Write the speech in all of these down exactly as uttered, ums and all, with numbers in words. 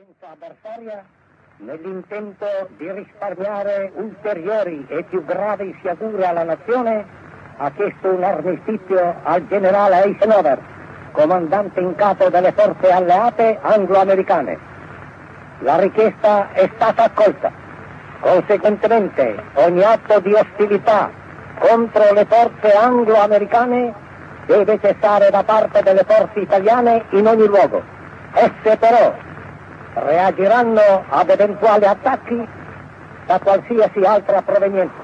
potenza avversaria, nell'intento di risparmiare ulteriori e più gravi sciagure alla nazione, ha chiesto un armistizio al generale Eisenhower, comandante in capo delle forze alleate anglo-americane. La richiesta è stata accolta. Conseguentemente, ogni atto di ostilità contro le forze anglo-americane deve cessare da parte delle forze italiane in ogni luogo. Esse però reagiranno ad eventuali attacchi da qualsiasi altra provenienza.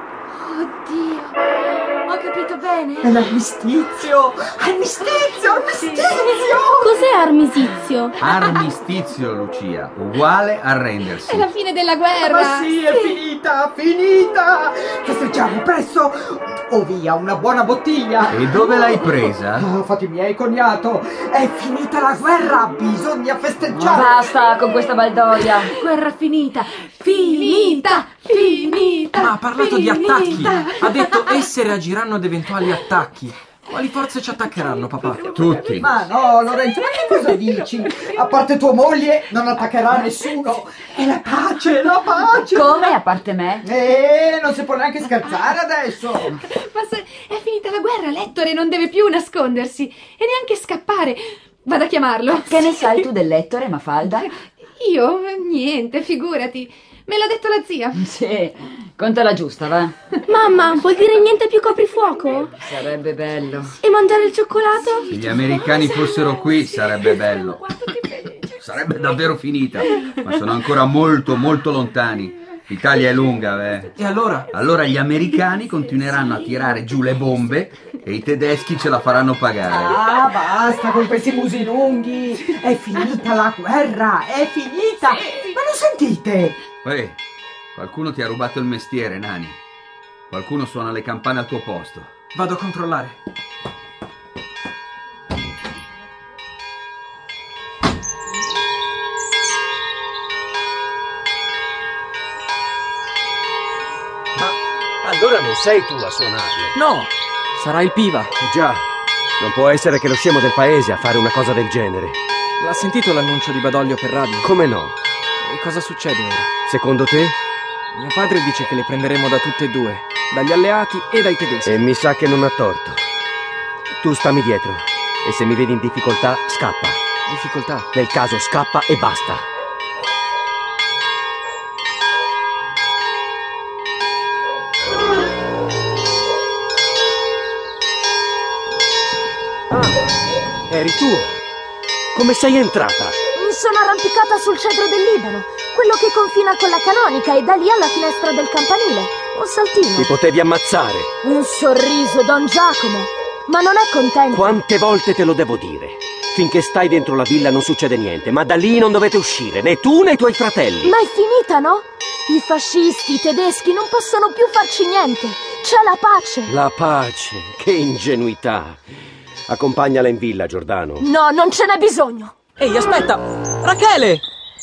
Oddio, ho capito bene. È l'armistizio! Armistizio! Armistizio! Cos'è armisizio? Armistizio, Lucia, uguale a rendersi. È la fine della guerra. Ma sì, è finita, finita! Festeggiamo presto! O via, una buona bottiglia! E dove l'hai presa? Ah, fatti miei, cognato! È finita la guerra! Bisogna festeggiare! Basta con questa baldoria! Guerra finita! Finita! Finita! Ma ha parlato finita. di attacchi! Ha detto esse reagiranno ad eventuali attacchi. Quali forze ci attaccheranno, papà? Tutti. Ma no, Lorenzo, ma che cosa dici? A parte tua moglie, non attaccherà nessuno. È la pace, la pace! Come a parte me? Eh, non si può neanche scherzare adesso! Ma se è finita la guerra, l'Ettore non deve più nascondersi e neanche scappare. Vado a chiamarlo. Che ne sai tu dell'Ettore, Mafalda? Io? Niente, figurati. Me l'ha detto la zia. Sì, contala giusta, va? Mamma, vuol dire niente più coprifuoco? Sarebbe bello. E mangiare il cioccolato? Se gli americani fossero qui sarebbe bello. Sarebbe davvero finita, ma sono ancora molto molto lontani. L'Italia è lunga, beh. E allora? Allora gli americani continueranno a tirare giù le bombe e i tedeschi ce la faranno pagare. Ah, basta con questi musi lunghi! È finita la guerra! È finita! Ma non sentite? Ehi, qualcuno ti ha rubato il mestiere, Nani. Qualcuno suona le campane al tuo posto. Vado a controllare. Ma allora non sei tu a suonarle? No, sarà il Piva. Eh già, non può essere che lo scemo del paese a fare una cosa del genere. L'ha sentito l'annuncio di Badoglio per radio? Come no? E cosa succede ora? Secondo te? Mio padre dice che le prenderemo da tutte e due, dagli alleati e dai tedeschi. E mi sa che non ha torto. Tu stammi dietro e se mi vedi in difficoltà, scappa. Difficoltà? Nel caso scappa e basta. Ah, eri tu? Come sei entrata? Mi sono arrampicata sul cedro del Libano, quello che confina con la Canonica, e da lì alla finestra del campanile. Un saltino. Ti potevi ammazzare. Un sorriso, Don Giacomo. Ma non è contento. Quante volte te lo devo dire? Finché stai dentro la villa non succede niente, ma da lì non dovete uscire, né tu né i tuoi fratelli. Ma è finita, no? I fascisti, i tedeschi non possono più farci niente. C'è la pace. La pace, che ingenuità. Accompagnala in villa, Giordano. No, non ce n'è bisogno. Ehi, aspetta! Rachele!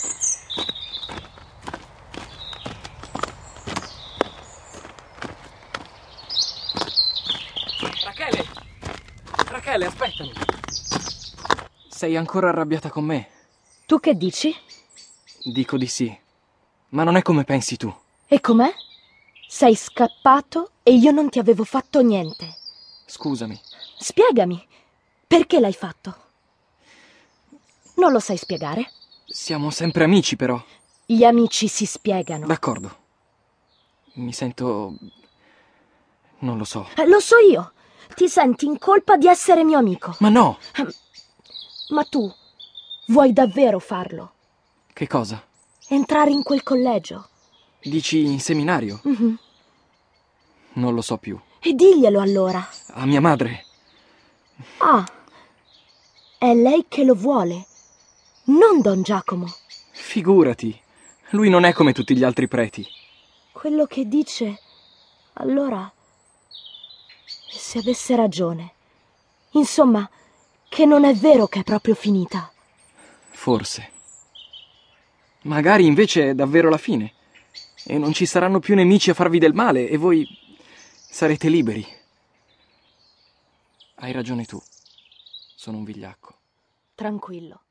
Rachele! Rachele, aspettami! Sei ancora arrabbiata con me? Tu che dici? Dico di sì, ma non è come pensi tu. E com'è? Sei scappato e io non ti avevo fatto niente. Scusami. Spiegami, perché l'hai fatto? Non lo sai spiegare? Siamo sempre amici, però. Gli amici si spiegano. D'accordo. Mi sento... non lo so. Eh, lo so io. Ti senti in colpa di essere mio amico. Ma no! Ma tu vuoi davvero farlo? Che cosa? Entrare in quel collegio. Dici in seminario? Mm-hmm. Non lo so più. E diglielo allora. A mia madre. Ah, è lei che lo vuole, non Don Giacomo. Figurati, lui non è come tutti gli altri preti. Quello che dice, allora, se avesse ragione. Insomma, che non è vero che è proprio finita. Forse. Magari invece è davvero la fine. E non ci saranno più nemici a farvi del male e voi sarete liberi. Hai ragione tu. Sono un vigliacco. Tranquillo.